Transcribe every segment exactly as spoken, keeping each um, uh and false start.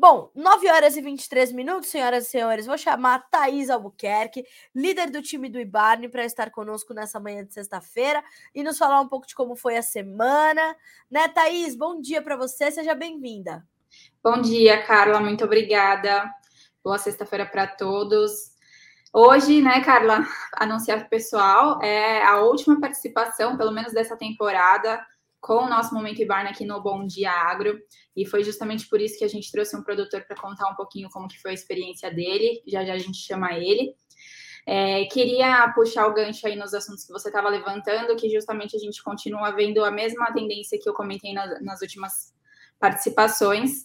Bom, nove horas e vinte e três minutos, senhoras e senhores, vou chamar a Thaís Albuquerque, líder do time do Ibarne, para estar conosco nessa manhã de sexta-feira e nos falar um pouco de como foi a semana. Né, Thaís? Bom dia para você, seja bem-vinda. Bom dia, Carla, muito obrigada. Boa sexta-feira para todos. Hoje, né, Carla, anunciar para o pessoal, é a última participação, pelo menos dessa temporada, com o nosso Momento Ibarne aqui no Bom Dia Agro, e foi justamente por isso que a gente trouxe um produtor para contar um pouquinho como que foi a experiência dele, já já a gente chama ele. É, queria puxar o gancho aí nos assuntos que você estava levantando, que justamente a gente continua vendo a mesma tendência que eu comentei nas, nas últimas participações.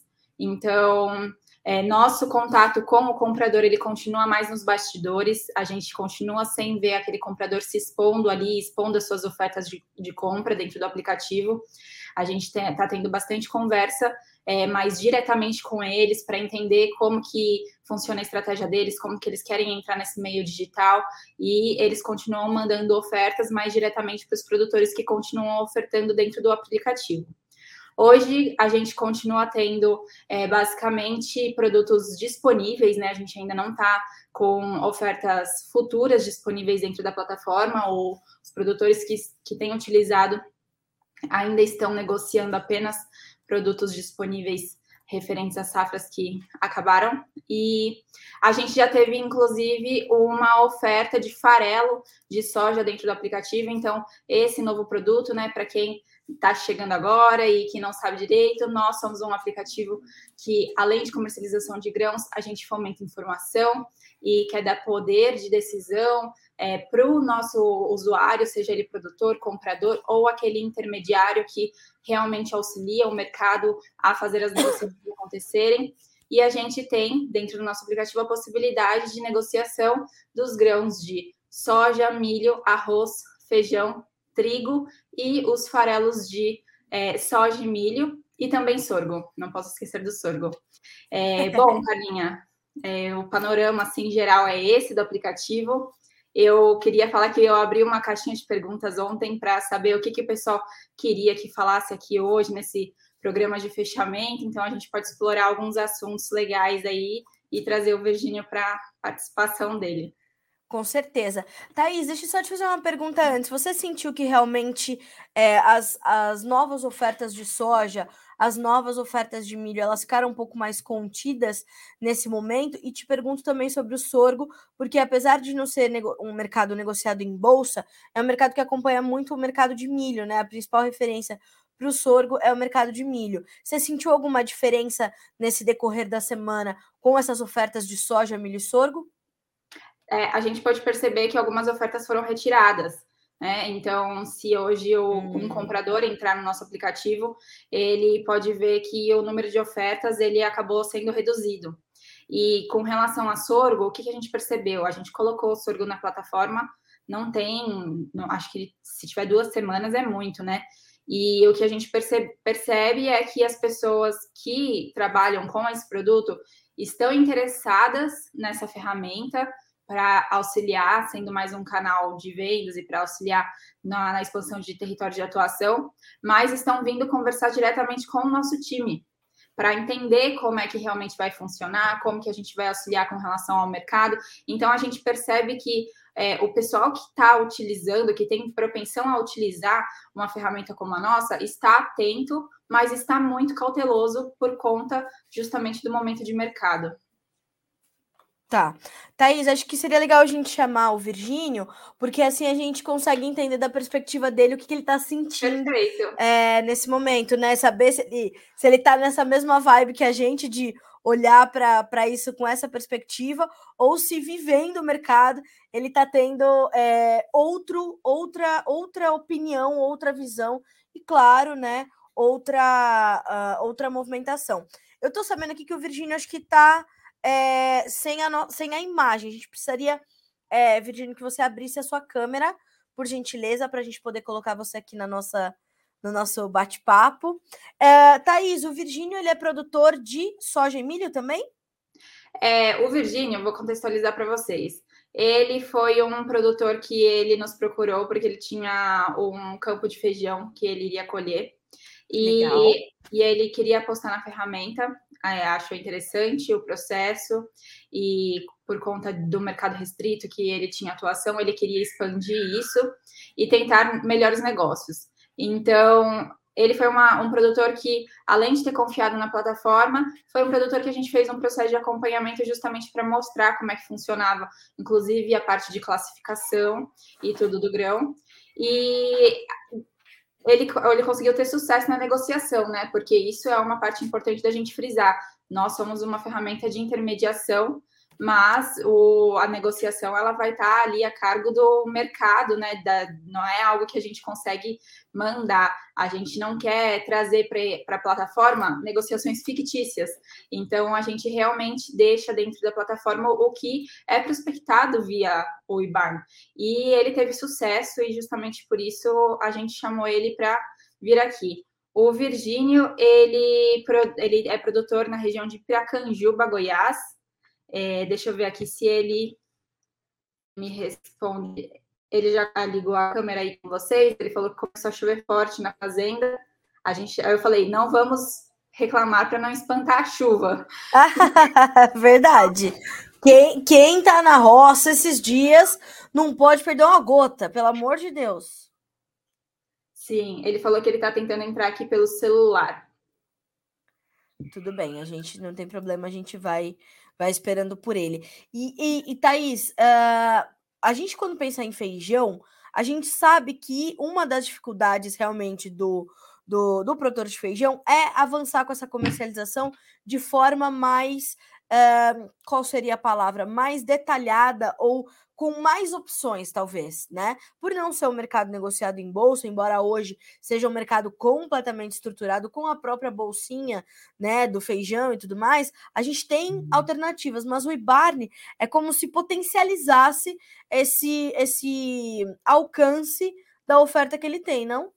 Então, é, nosso contato com o comprador, ele continua mais nos bastidores, a gente continua sem ver aquele comprador se expondo ali, expondo as suas ofertas de, de compra dentro do aplicativo. A gente está tendo bastante conversa, é, mais diretamente com eles, para entender como que funciona a estratégia deles, como que eles querem entrar nesse meio digital, e eles continuam mandando ofertas mais diretamente para os produtores que continuam ofertando dentro do aplicativo. Hoje, a gente continua tendo, é, basicamente, produtos disponíveis, né? A gente ainda não está com ofertas futuras disponíveis dentro da plataforma, ou os produtores que, que têm utilizado ainda estão negociando apenas produtos disponíveis referentes às safras que acabaram. E a gente já teve, inclusive, uma oferta de farelo de soja dentro do aplicativo. Então, esse novo produto, né, para quem está chegando agora e que não sabe direito, nós somos um aplicativo que, além de comercialização de grãos, a gente fomenta informação e quer dar poder de decisão é, para o nosso usuário, seja ele produtor, comprador ou aquele intermediário que realmente auxilia o mercado a fazer as negociações acontecerem. E a gente tem, dentro do nosso aplicativo, a possibilidade de negociação dos grãos de soja, milho, arroz, feijão, trigo e os farelos de é, soja e milho e também sorgo. Não posso esquecer do sorgo. É, bom, Carlinha, é, o panorama, assim, geral é esse do aplicativo. Eu queria falar que eu abri uma caixinha de perguntas ontem para saber o que, que o pessoal queria que falasse aqui hoje nesse programa de fechamento. Então, a gente pode explorar alguns assuntos legais aí e trazer o Virgínio para a participação dele. Com certeza. Thaís, deixa eu só te fazer uma pergunta antes. Você sentiu que realmente é, as, as novas ofertas de soja, as novas ofertas de milho, elas ficaram um pouco mais contidas nesse momento? E te pergunto também sobre o sorgo, porque apesar de não ser um mercado negociado em bolsa, é um mercado que acompanha muito o mercado de milho, né? A principal referência para o sorgo é o mercado de milho. Você sentiu alguma diferença nesse decorrer da semana com essas ofertas de soja, milho e sorgo? É, a gente pode perceber que algumas ofertas foram retiradas, né? Então, se hoje o, hum. um comprador entrar no nosso aplicativo, ele pode ver que o número de ofertas ele acabou sendo reduzido. E com relação a sorgo, o que, que a gente percebeu? A gente colocou o sorgo na plataforma, não tem, não, acho que se tiver duas semanas é muito, né? E o que a gente percebe, percebe é que as pessoas que trabalham com esse produto estão interessadas nessa ferramenta, para auxiliar, sendo mais um canal de vendas e para auxiliar na, na expansão de território de atuação, mas estão vindo conversar diretamente com o nosso time, para entender como é que realmente vai funcionar, como que a gente vai auxiliar com relação ao mercado. Então, a gente percebe que é, o pessoal que está utilizando, que tem propensão a utilizar uma ferramenta como a nossa, está atento, mas está muito cauteloso por conta justamente do momento de mercado. Tá. Thaís, acho que seria legal a gente chamar o Virgínio, porque assim a gente consegue entender da perspectiva dele o que, que ele tá sentindo é, nesse momento, né? Saber se ele, se ele tá nessa mesma vibe que a gente de olhar para isso com essa perspectiva, ou se vivendo o mercado, ele tá tendo é, outro, outra, outra opinião, outra visão, e claro, né, outra, uh, outra movimentação. Eu tô sabendo aqui que o Virgínio acho que tá. É, sem, a no... sem a imagem. A gente precisaria, é, Virgínio, que você abrisse a sua câmera, por gentileza, para a gente poder colocar você aqui na nossa, no nosso bate-papo. É, Thaís, o Virgínio, ele é produtor de soja e milho também? É, o Virgínio, vou contextualizar para vocês. Ele foi um produtor que ele nos procurou porque ele tinha um campo de feijão que ele iria colher. E, e ele queria apostar na ferramenta, achou interessante o processo, e por conta do mercado restrito que ele tinha atuação, ele queria expandir isso e tentar melhores negócios. Então, ele foi uma, um produtor que, além de ter confiado na plataforma, foi um produtor que a gente fez um processo de acompanhamento justamente para mostrar como é que funcionava, inclusive a parte de classificação e tudo do grão. E ele, ele conseguiu ter sucesso na negociação, né? Porque isso é uma parte importante da gente frisar. Nós somos uma ferramenta de intermediação, mas o, a negociação ela vai estar ali a cargo do mercado, né? Da, não é algo que a gente consegue mandar. A gente não quer trazer para a plataforma negociações fictícias. Então, a gente realmente deixa dentro da plataforma o que é prospectado via o IBARN. E ele teve sucesso e justamente por isso a gente chamou ele para vir aqui. O Virgínio, ele, ele é produtor na região de Piracanjuba, Goiás. É, deixa eu ver aqui se ele me responde. Ele já ligou a câmera aí com vocês, ele falou que começou a chover forte na fazenda. A gente, aí eu falei, não vamos reclamar para não espantar a chuva. Verdade. Quem, quem tá na roça esses dias não pode perder uma gota, pelo amor de Deus. Sim, ele falou que ele tá tentando entrar aqui pelo celular. Tudo bem, a gente não tem problema, a gente vai, vai esperando por ele. E, e, e Thaís, uh, a gente quando pensa em feijão, a gente sabe que uma das dificuldades realmente do, do, do produtor de feijão é avançar com essa comercialização de forma mais, uh, qual seria a palavra? Mais detalhada ou com mais opções, talvez, né? Por não ser um mercado negociado em bolsa, embora hoje seja um mercado completamente estruturado com a própria bolsinha, né, do feijão e tudo mais, a gente tem uhum. alternativas, mas o IBARN é como se potencializasse esse, esse alcance da oferta que ele tem, não?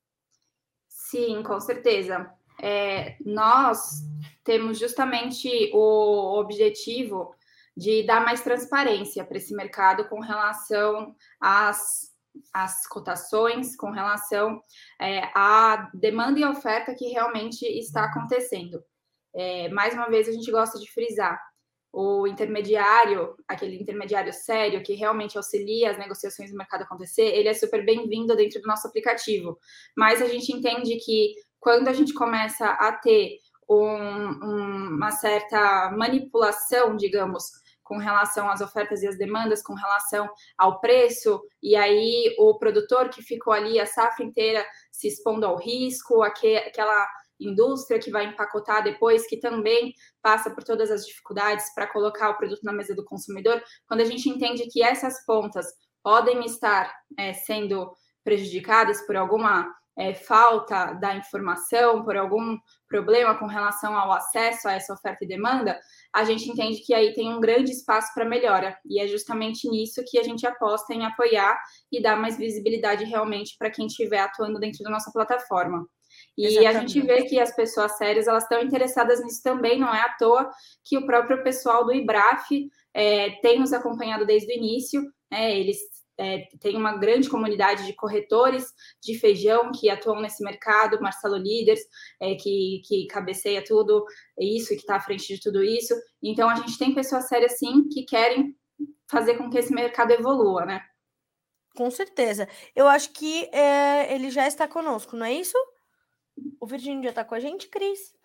Sim, com certeza. É, nós temos justamente o objetivo de dar mais transparência para esse mercado com relação às, às cotações, com relação é, à demanda e oferta que realmente está acontecendo. É, mais uma vez, a gente gosta de frisar, o intermediário, aquele intermediário sério que realmente auxilia as negociações do mercado acontecer, ele é super bem-vindo dentro do nosso aplicativo. Mas a gente entende que quando a gente começa a ter um, um, uma certa manipulação, digamos, com relação às ofertas e às demandas, com relação ao preço, e aí o produtor que ficou ali a safra inteira se expondo ao risco, aquela indústria que vai empacotar depois, que também passa por todas as dificuldades para colocar o produto na mesa do consumidor, quando a gente entende que essas pontas podem estar é, sendo prejudicadas por alguma é, falta da informação, por algum problema com relação ao acesso a essa oferta e demanda, a gente entende que aí tem um grande espaço para melhora, e é justamente nisso que a gente aposta em apoiar e dar mais visibilidade realmente para quem estiver atuando dentro da nossa plataforma. E Exatamente. A gente vê que as pessoas sérias, elas estão interessadas nisso também, não é à toa que o próprio pessoal do IBRAF é, tem nos acompanhado desde o início, né? Eles é, têm uma grande comunidade de corretores de feijão que atuam nesse mercado, Marcelo Líderes, é, que, que cabeceia tudo isso, que está à frente de tudo isso. Então, a gente tem pessoas sérias, sim, que querem fazer com que esse mercado evolua, né? Com certeza. Eu acho que é, ele já está conosco, não é isso? O Virgínio já está com a gente, Cris?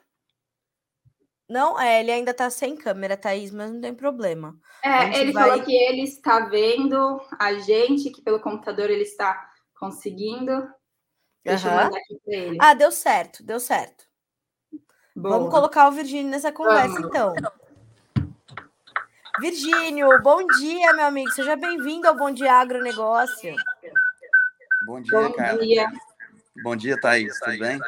Não, é, ele ainda está sem câmera, Thaís, mas não tem problema. É, ele vai... falou que ele está vendo a gente, que pelo computador ele está conseguindo. Deixa uhum. eu mandar aqui para ele. Ah, deu certo, deu certo. Boa. Vamos colocar o Virgínio nessa conversa, Vamos. então. Virgínio, bom dia, meu amigo. Seja bem-vindo ao Bom Dia Agronegócio. Bom dia, bom cara. Dia. Bom dia, Thaís. Tudo bem?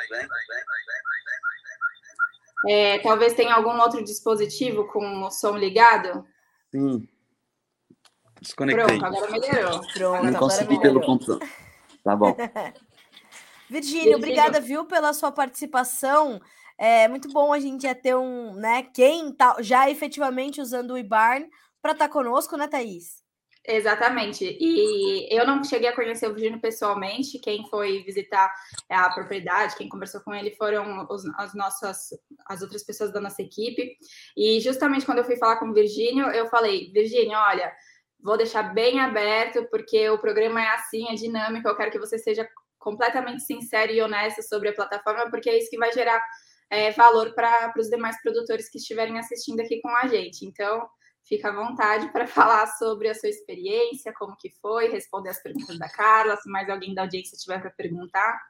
É, talvez tenha algum outro dispositivo com o som ligado? Sim. Desconectei. Pronto, agora melhorou. Pronto, Não consegui agora pelo computador. Tá bom. Virgínio, obrigada, viu, pela sua participação. É muito bom a gente já ter um, né, quem tá já efetivamente usando o IBARN para estar tá conosco, né, Thaís? Exatamente. E eu não cheguei a conhecer o Virgínio pessoalmente. Quem foi visitar a propriedade, quem conversou com ele foram os, as nossas, as outras pessoas da nossa equipe. E justamente quando eu fui falar com o Virgínio, eu falei, Virgínio, olha, vou deixar bem aberto, porque o programa é assim, é dinâmico, eu quero que você seja completamente sincero e honesto sobre a plataforma, porque é isso que vai gerar é, valor para os demais produtores que estiverem assistindo aqui com a gente. Então, fica à vontade para falar sobre a sua experiência, como que foi, responder as perguntas da Carla, se mais alguém da audiência tiver para perguntar.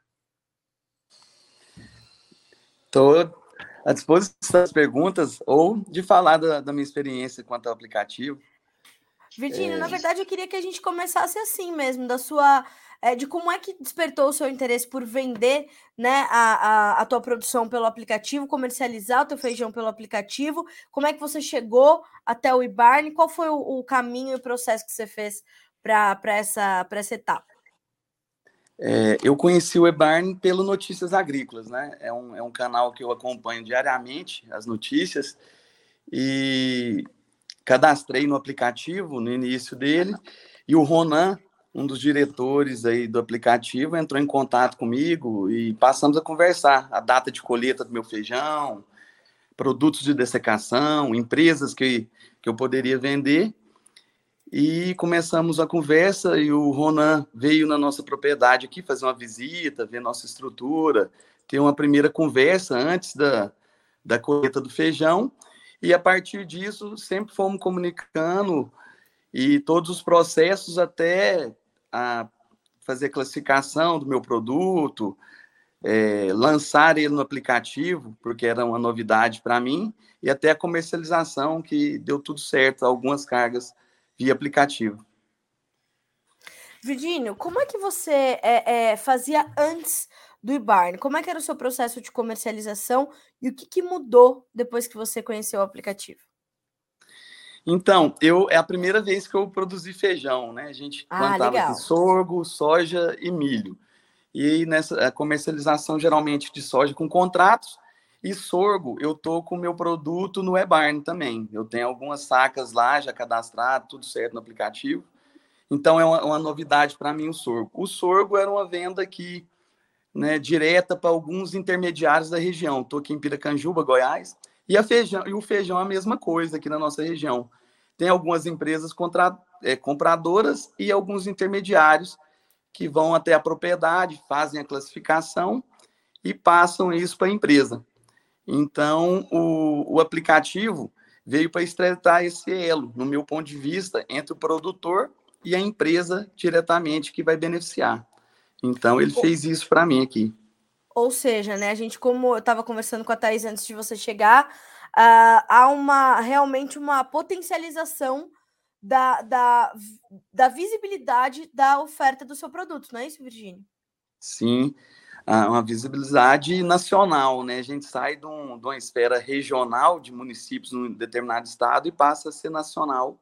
Estou à disposição das perguntas ou de falar da, da minha experiência quanto ao aplicativo. Virgínio, é... na verdade, eu queria que a gente começasse assim mesmo, da sua... É, de como é que despertou o seu interesse por vender, né, a, a, a tua produção pelo aplicativo, comercializar o teu feijão pelo aplicativo, como é que você chegou até o eBarn, qual foi o, o caminho e o processo que você fez para essa, para essa etapa? É, eu conheci o eBarn pelo Notícias Agrícolas, né? É um, é um canal que eu acompanho diariamente, as notícias, e cadastrei no aplicativo no início dele, e o Ronan, um dos diretores aí do aplicativo, entrou em contato comigo e passamos a conversar a data de colheita do meu feijão, produtos de dessecação, empresas que, que eu poderia vender, e começamos a conversa e o Ronan veio na nossa propriedade aqui fazer uma visita, ver nossa estrutura, ter uma primeira conversa antes da, da colheita do feijão, e a partir disso sempre fomos comunicando e todos os processos até a fazer classificação do meu produto, é, lançar ele no aplicativo, porque era uma novidade para mim, e até a comercialização, que deu tudo certo, algumas cargas via aplicativo. Virgínio, como é que você é, é, fazia antes do eBarn? Como é que era o seu processo de comercialização e o que, que mudou depois que você conheceu o aplicativo? Então, eu, é a primeira vez que eu produzi feijão, né? A gente ah, plantava legal. Aqui sorgo, soja e milho. E nessa a comercialização, geralmente, de soja com contratos. E sorgo, eu tô com o meu produto no eBarn também. Eu tenho algumas sacas lá, já cadastrado, tudo certo no aplicativo. Então, é uma, uma novidade para mim o sorgo. O sorgo era uma venda que, né, direta para alguns intermediários da região. Estou aqui em Piracanjuba, Goiás. E, a feijão, e o feijão é a mesma coisa aqui na nossa região. Tem algumas empresas contra, é, compradoras e alguns intermediários que vão até a propriedade, fazem a classificação e passam isso para a empresa. Então, o, o aplicativo veio para estreitar esse elo, no meu ponto de vista, entre o produtor e a empresa diretamente que vai beneficiar. Então, ele fez isso para mim aqui. Ou seja, né, a gente, como eu estava conversando com a Thaís antes de você chegar, uh, há uma, realmente uma potencialização da, da, da visibilidade da oferta do seu produto, não é isso, Virgínio? Sim, uma visibilidade nacional, né? A gente sai de, um, de uma esfera regional de municípios num determinado estado e passa a ser nacional.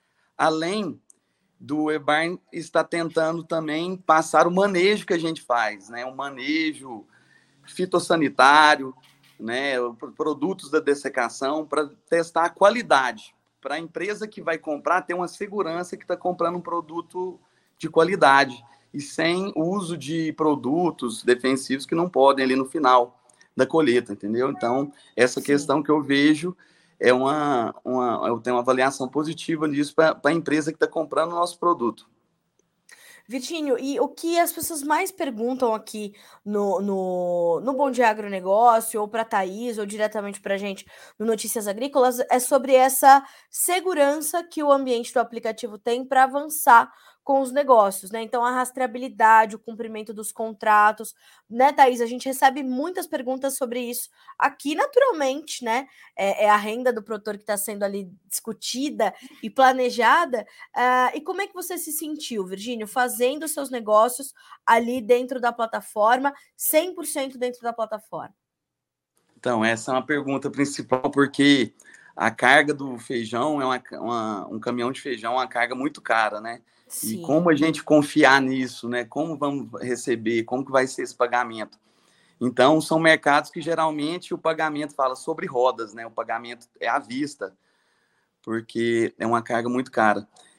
Além do eBarn está tentando também passar o manejo que a gente faz, né? O manejo fitossanitário, né? Produtos da dessecação para testar a qualidade, para a empresa que vai comprar ter uma segurança que está comprando um produto de qualidade e sem uso de produtos defensivos que não podem ali no final da colheita, entendeu? Então, essa Sim. questão que eu vejo é uma, uma, eu tenho uma avaliação positiva nisso para a empresa que está comprando o nosso produto. Virgínio, e o que as pessoas mais perguntam aqui no, no, no Bom Dia Agronegócio, ou para a Thaís, ou diretamente para a gente no Notícias Agrícolas, é sobre essa segurança que o ambiente do aplicativo tem para avançar com os negócios, né? Então, a rastreabilidade, o cumprimento dos contratos, né, Thaís? A gente recebe muitas perguntas sobre isso aqui, naturalmente, né? É, é a renda do produtor que está sendo ali discutida e planejada. Uh, e como é que você se sentiu, Virgínio, fazendo seus negócios ali dentro da plataforma, cem por cento dentro da plataforma? Então, essa é uma pergunta principal, porque a carga do feijão é uma, uma, um caminhão de feijão, é uma carga muito cara, né? Sim. E como a gente confiar nisso, né? Como vamos receber, como que vai ser esse pagamento? Então, são mercados que geralmente o pagamento fala sobre rodas, né? O pagamento é à vista, porque é uma carga muito cara.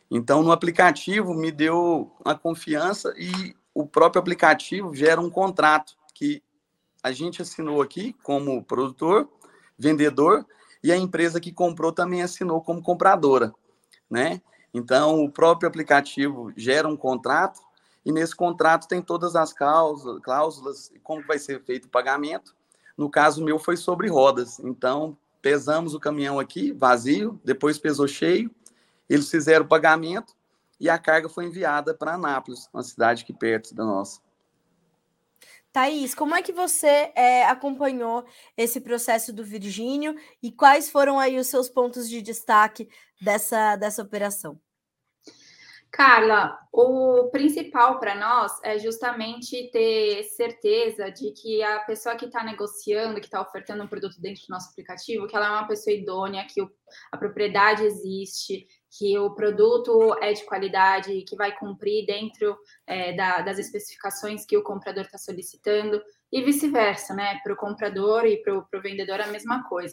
Então, no aplicativo, me deu uma confiança e o próprio aplicativo gera um contrato que a gente assinou aqui como produtor, vendedor, e a empresa que comprou também assinou como compradora, né? Então, o próprio aplicativo gera um contrato e nesse contrato tem todas as cláusulas, cláusulas como vai ser feito o pagamento. No caso meu, foi sobre rodas. Então, pesamos o caminhão aqui, vazio, depois pesou cheio, eles fizeram o pagamento e a carga foi enviada para Anápolis, uma cidade aqui perto da nossa. Thaís, como é que você é, acompanhou esse processo do Virgínio e quais foram aí os seus pontos de destaque dessa, dessa operação? Carla, o principal para nós é justamente ter certeza de que a pessoa que está negociando, que está ofertando um produto dentro do nosso aplicativo, que ela é uma pessoa idônea, que o, a propriedade existe, que o produto é de qualidade, que vai cumprir dentro é, da, das especificações que o comprador está solicitando, e vice-versa, né? Para o comprador e para o vendedor a mesma coisa.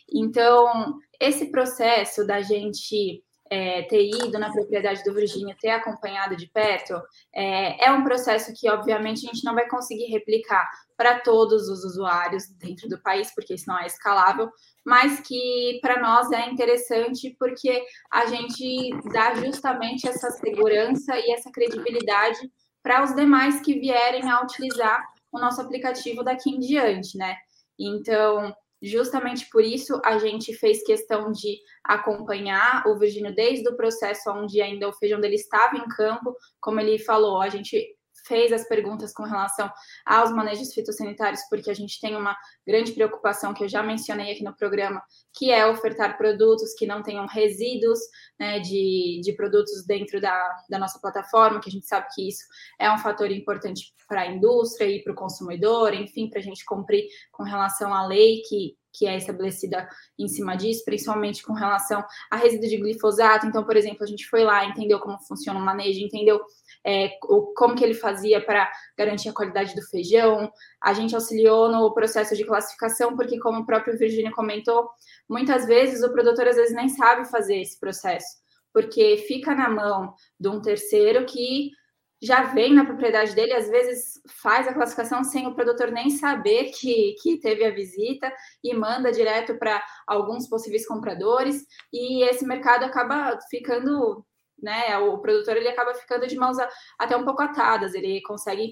Então, esse processo da gente É, ter ido na propriedade do Virgínio, ter acompanhado de perto, é, é um processo que, obviamente, a gente não vai conseguir replicar para todos os usuários dentro do país, porque isso não é escalável, mas que para nós é interessante porque a gente dá justamente essa segurança e essa credibilidade para os demais que vierem a utilizar o nosso aplicativo daqui em diante, né? Então, justamente por isso, a gente fez questão de acompanhar o Virgínio desde o processo onde ainda o feijão dele estava em campo. Como ele falou, a gente fez as perguntas com relação aos manejos fitossanitários, porque a gente tem uma grande preocupação que eu já mencionei aqui no programa, que é ofertar produtos que não tenham resíduos, né, de, de produtos dentro da, da nossa plataforma, que a gente sabe que isso é um fator importante para a indústria e para o consumidor, enfim, para a gente cumprir com relação à lei que, que é estabelecida em cima disso, principalmente com relação a resíduo de glifosato. Então, por exemplo, a gente foi lá, entendeu como funciona o manejo, entendeu é, o, como que ele fazia para garantir a qualidade do feijão. A gente auxiliou no processo de classificação, porque como o próprio Virgínio comentou, muitas vezes o produtor às vezes nem sabe fazer esse processo, porque fica na mão de um terceiro que já vem na propriedade dele, às vezes faz a classificação sem o produtor nem saber que, que teve a visita e manda direto para alguns possíveis compradores, e esse mercado acaba ficando, né, o produtor ele acaba ficando de mãos a, até um pouco atadas, ele consegue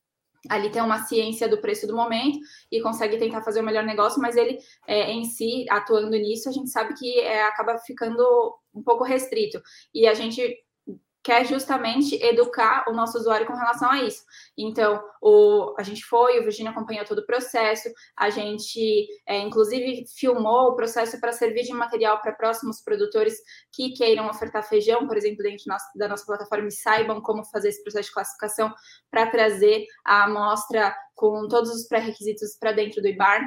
ali ter uma ciência do preço do momento e consegue tentar fazer o melhor negócio, mas ele é, em si, atuando nisso, a gente sabe que é, acaba ficando um pouco restrito, e a gente quer justamente educar o nosso usuário com relação a isso. Então, o, a gente foi, o Virgínio acompanhou todo o processo, a gente, é, inclusive, filmou o processo para servir de material para próximos produtores que queiram ofertar feijão, por exemplo, dentro da nossa plataforma, e saibam como fazer esse processo de classificação para trazer a amostra com todos os pré-requisitos para dentro do IBARN.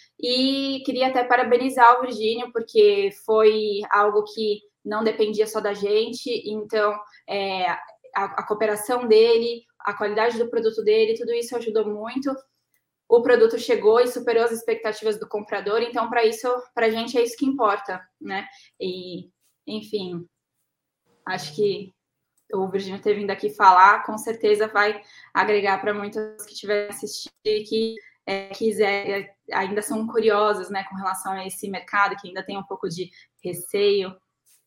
E queria até parabenizar o Virgínio, porque foi algo que não dependia só da gente, então é, a, a cooperação dele, a qualidade do produto dele, tudo isso ajudou muito. O produto chegou e superou as expectativas do comprador, então para isso, para a gente é isso que importa, né? E, enfim, acho que o Virgínio ter vindo aqui falar, com certeza vai agregar para muitos que estiverem assistindo e que é, quiser, ainda são curiosos, né, com relação a esse mercado, que ainda tem um pouco de receio.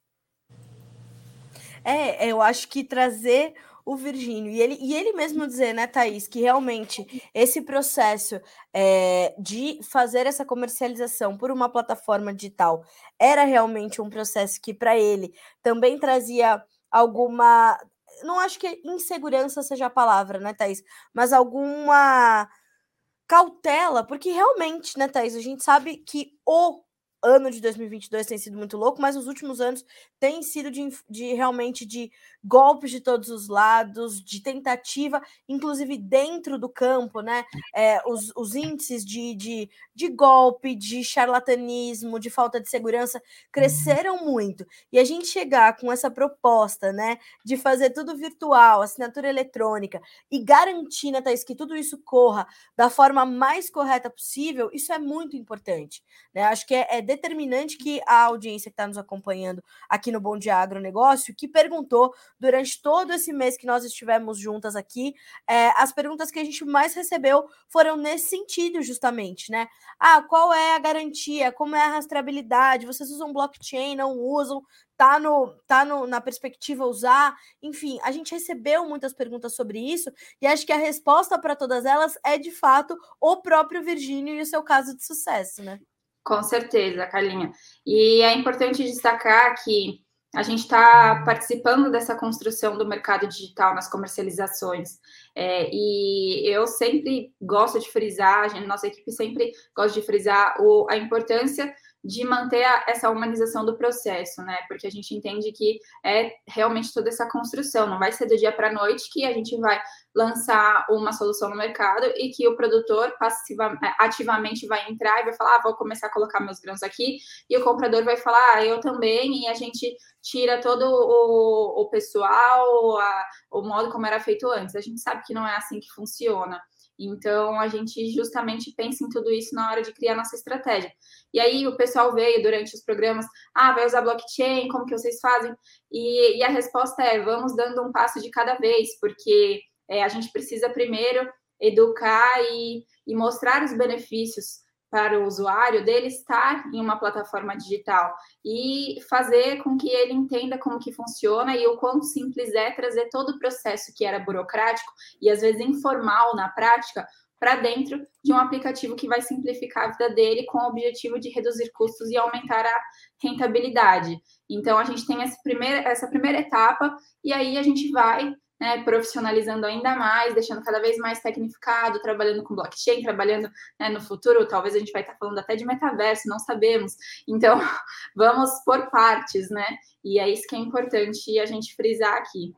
É, eu acho que trazer o Virgínio, e ele, e ele mesmo dizer, né, Thaís, que realmente esse processo é, de fazer essa comercialização por uma plataforma digital era realmente um processo que, para ele, também trazia alguma... Não acho que insegurança seja a palavra, né, Thaís? Mas alguma cautela, porque realmente, né, Thaís, a gente sabe que o ano de dois mil e vinte e dois tem sido muito louco, mas os últimos anos têm sido de, de realmente de golpes de todos os lados, de tentativa, inclusive dentro do campo, né? É, os, os índices de, de, de golpe, de charlatanismo, de falta de segurança cresceram muito. E a gente chegar com essa proposta, né, de fazer tudo virtual, assinatura eletrônica, e garantir, né, Thaís, que tudo isso corra da forma mais correta possível, isso é muito importante, né? Acho que é, é determinante que a audiência que está nos acompanhando aqui no Bom Dia Agronegócio, que perguntou durante todo esse mês que nós estivemos juntas aqui, é, as perguntas que a gente mais recebeu foram nesse sentido, justamente, né? Ah, qual é a garantia? Como é a rastreabilidade? Vocês usam blockchain, não usam? Tá, no, tá no, na perspectiva usar? Enfim, a gente recebeu muitas perguntas sobre isso e acho que a resposta para todas elas é, de fato, o próprio Virgínio e o seu caso de sucesso, né? Com certeza, Carlinha. E é importante destacar que a gente está participando dessa construção do mercado digital nas comercializações. É, e eu sempre gosto de frisar, a gente, nossa equipe sempre gosta de frisar o, a importância de manter a, essa humanização do processo, né? Porque a gente entende que é realmente toda essa construção, não vai ser do dia para a noite que a gente vai lançar uma solução no mercado e que o produtor passiva, ativamente vai entrar e vai falar, ah, vou começar a colocar meus grãos aqui, e o comprador vai falar, ah, eu também, e a gente tira todo o, o pessoal, a, o modo como era feito antes. A gente sabe que não é assim que funciona. Então, a gente justamente pensa em tudo isso na hora de criar nossa estratégia. E aí, o pessoal veio durante os programas, ah, vai usar blockchain, como que vocês fazem? E, e a resposta é, vamos dando um passo de cada vez, porque é, a gente precisa primeiro educar e, e mostrar os benefícios para o usuário dele estar em uma plataforma digital e fazer com que ele entenda como que funciona e o quão simples é trazer todo o processo que era burocrático e às vezes informal na prática para dentro de um aplicativo que vai simplificar a vida dele com o objetivo de reduzir custos e aumentar a rentabilidade. Então, a gente tem essa primeira, essa primeira etapa e aí a gente vai, né, profissionalizando ainda mais, deixando cada vez mais tecnificado, trabalhando com blockchain, trabalhando, né, no futuro, talvez a gente vai estar falando até de metaverso, não sabemos. Então, vamos por partes, né? E é isso que é importante a gente frisar aqui.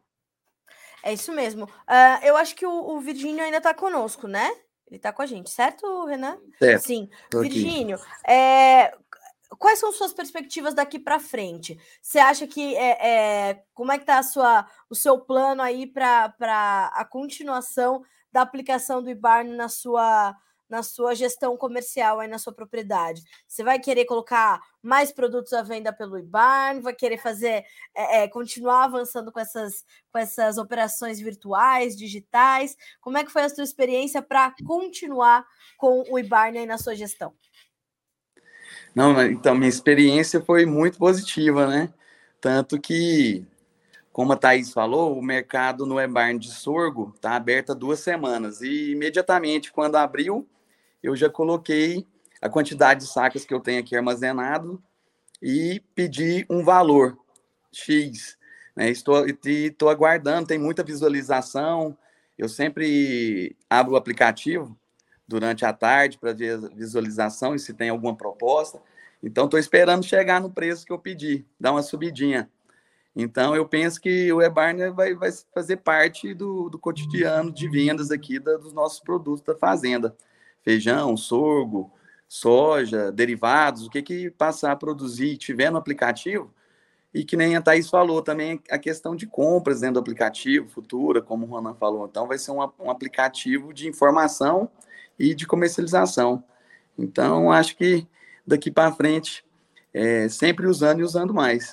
É isso mesmo. Uh, eu acho que o, o Virgínio ainda está conosco, né? Ele está com a gente, certo, Renan? Certo. Sim. Virgínio, é... quais são suas perspectivas daqui para frente? Você acha que é, é, como é que está a sua, o seu plano aí para a continuação da aplicação do IBARN na sua, na sua gestão comercial aí na sua propriedade? Você vai querer colocar mais produtos à venda pelo IBARN? Vai querer fazer é, é, continuar avançando com essas, com essas operações virtuais, digitais? Como é que foi a sua experiência para continuar com o IBARN aí na sua gestão? Não, então, minha experiência foi muito positiva, né? Tanto que, como a Thaís falou, o mercado no IBARN de sorgo está aberto há duas semanas. E, imediatamente, quando abriu, eu já coloquei a quantidade de sacas que eu tenho aqui armazenado e pedi um valor X. Né? Estou, estou aguardando, tem muita visualização. Eu sempre abro o aplicativo durante a tarde para ver a visualização e se tem alguma proposta. Então, estou esperando chegar no preço que eu pedi, dar uma subidinha. Então, eu penso que o IBARN vai, vai fazer parte do, do cotidiano de vendas aqui da, dos nossos produtos da fazenda. Feijão, sorgo, soja, derivados, o que, que passar a produzir tiver no aplicativo. E que nem a Thaís falou, também a questão de compras dentro do aplicativo, futura, como o Ronan falou. Então, vai ser um, um aplicativo de informação e de comercialização. Então, acho que daqui para frente, é, sempre usando e usando mais.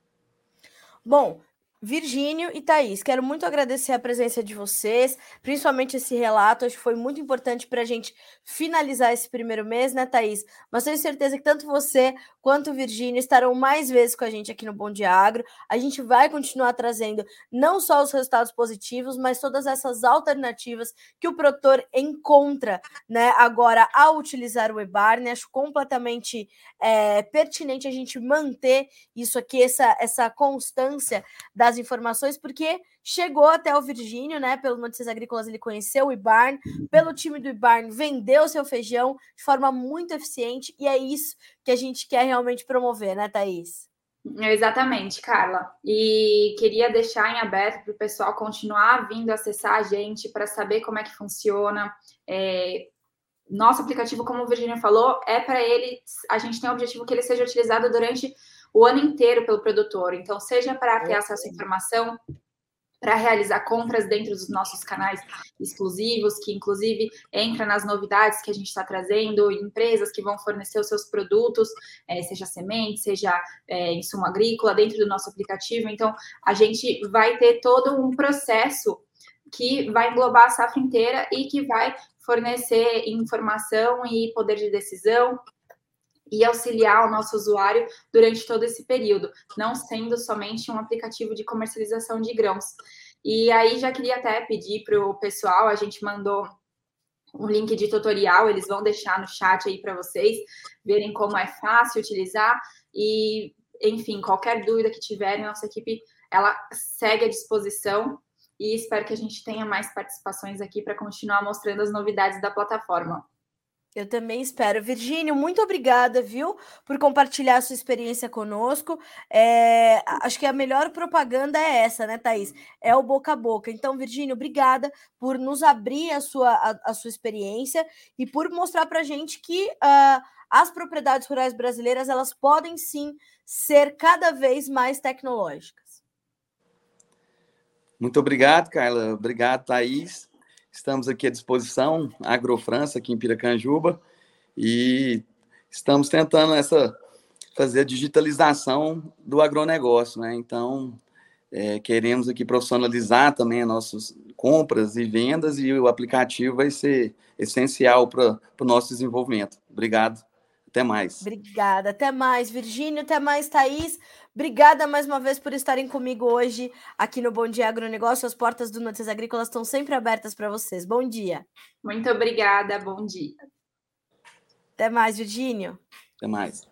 Bom, Virgínio e Thaís, quero muito agradecer a presença de vocês, principalmente esse relato, acho que foi muito importante para a gente finalizar esse primeiro mês, né, Thaís? Mas tenho certeza que tanto você quanto o Virgínio estarão mais vezes com a gente aqui no Bom Dia Agro. A gente vai continuar trazendo não só os resultados positivos, mas todas essas alternativas que o produtor encontra, né, agora ao utilizar o IBARN. Acho completamente é, pertinente a gente manter isso aqui, essa, essa constância das informações, porque chegou até o Virgínio, né? Pelo Notícias Agrícolas, ele conheceu o IBARN, pelo time do IBARN, vendeu seu feijão de forma muito eficiente, e é isso que a gente quer realmente promover, né, Thaís? Exatamente, Carla. E queria deixar em aberto para o pessoal continuar vindo acessar a gente para saber como é que funciona. É... Nosso aplicativo, como o Virgínio falou, é para ele, a gente tem o objetivo que ele seja utilizado durante o ano inteiro pelo produtor. Então, seja para ter acesso à informação para realizar compras dentro dos nossos canais exclusivos, que inclusive entra nas novidades que a gente está trazendo, empresas que vão fornecer os seus produtos, é, seja semente, seja é, insumo agrícola, dentro do nosso aplicativo. Então, a gente vai ter todo um processo que vai englobar a safra inteira e que vai fornecer informação e poder de decisão e auxiliar o nosso usuário durante todo esse período, não sendo somente um aplicativo de comercialização de grãos. E aí já queria até pedir para o pessoal, a gente mandou um link de tutorial, eles vão deixar no chat aí para vocês verem como é fácil utilizar e, enfim, qualquer dúvida que tiverem, nossa equipe, ela segue à disposição e espero que a gente tenha mais participações aqui para continuar mostrando as novidades da plataforma. Eu também espero. Virgínio, muito obrigada, viu, por compartilhar a sua experiência conosco. É, acho que a melhor propaganda é essa, né, Thaís? É o boca a boca. Então, Virgínio, obrigada por nos abrir a sua, a, a sua experiência e por mostrar para a gente que uh, as propriedades rurais brasileiras, elas podem sim ser cada vez mais tecnológicas. Muito obrigado, Carla. Obrigado, Thaís. Estamos aqui à disposição, Agrofrança, aqui em Piracanjuba, e estamos tentando essa, fazer a digitalização do agronegócio, né? Então, é, queremos aqui profissionalizar também as nossas compras e vendas, e o aplicativo vai ser essencial para o nosso desenvolvimento. Obrigado. Até mais. Obrigada. Até mais, Virgínio. Até mais, Thaís. Obrigada mais uma vez por estarem comigo hoje aqui no Bom Dia Agronegócio. As portas do Notícias Agrícolas estão sempre abertas para vocês. Bom dia. Muito obrigada. Bom dia. Até mais, Virgínio. Até mais.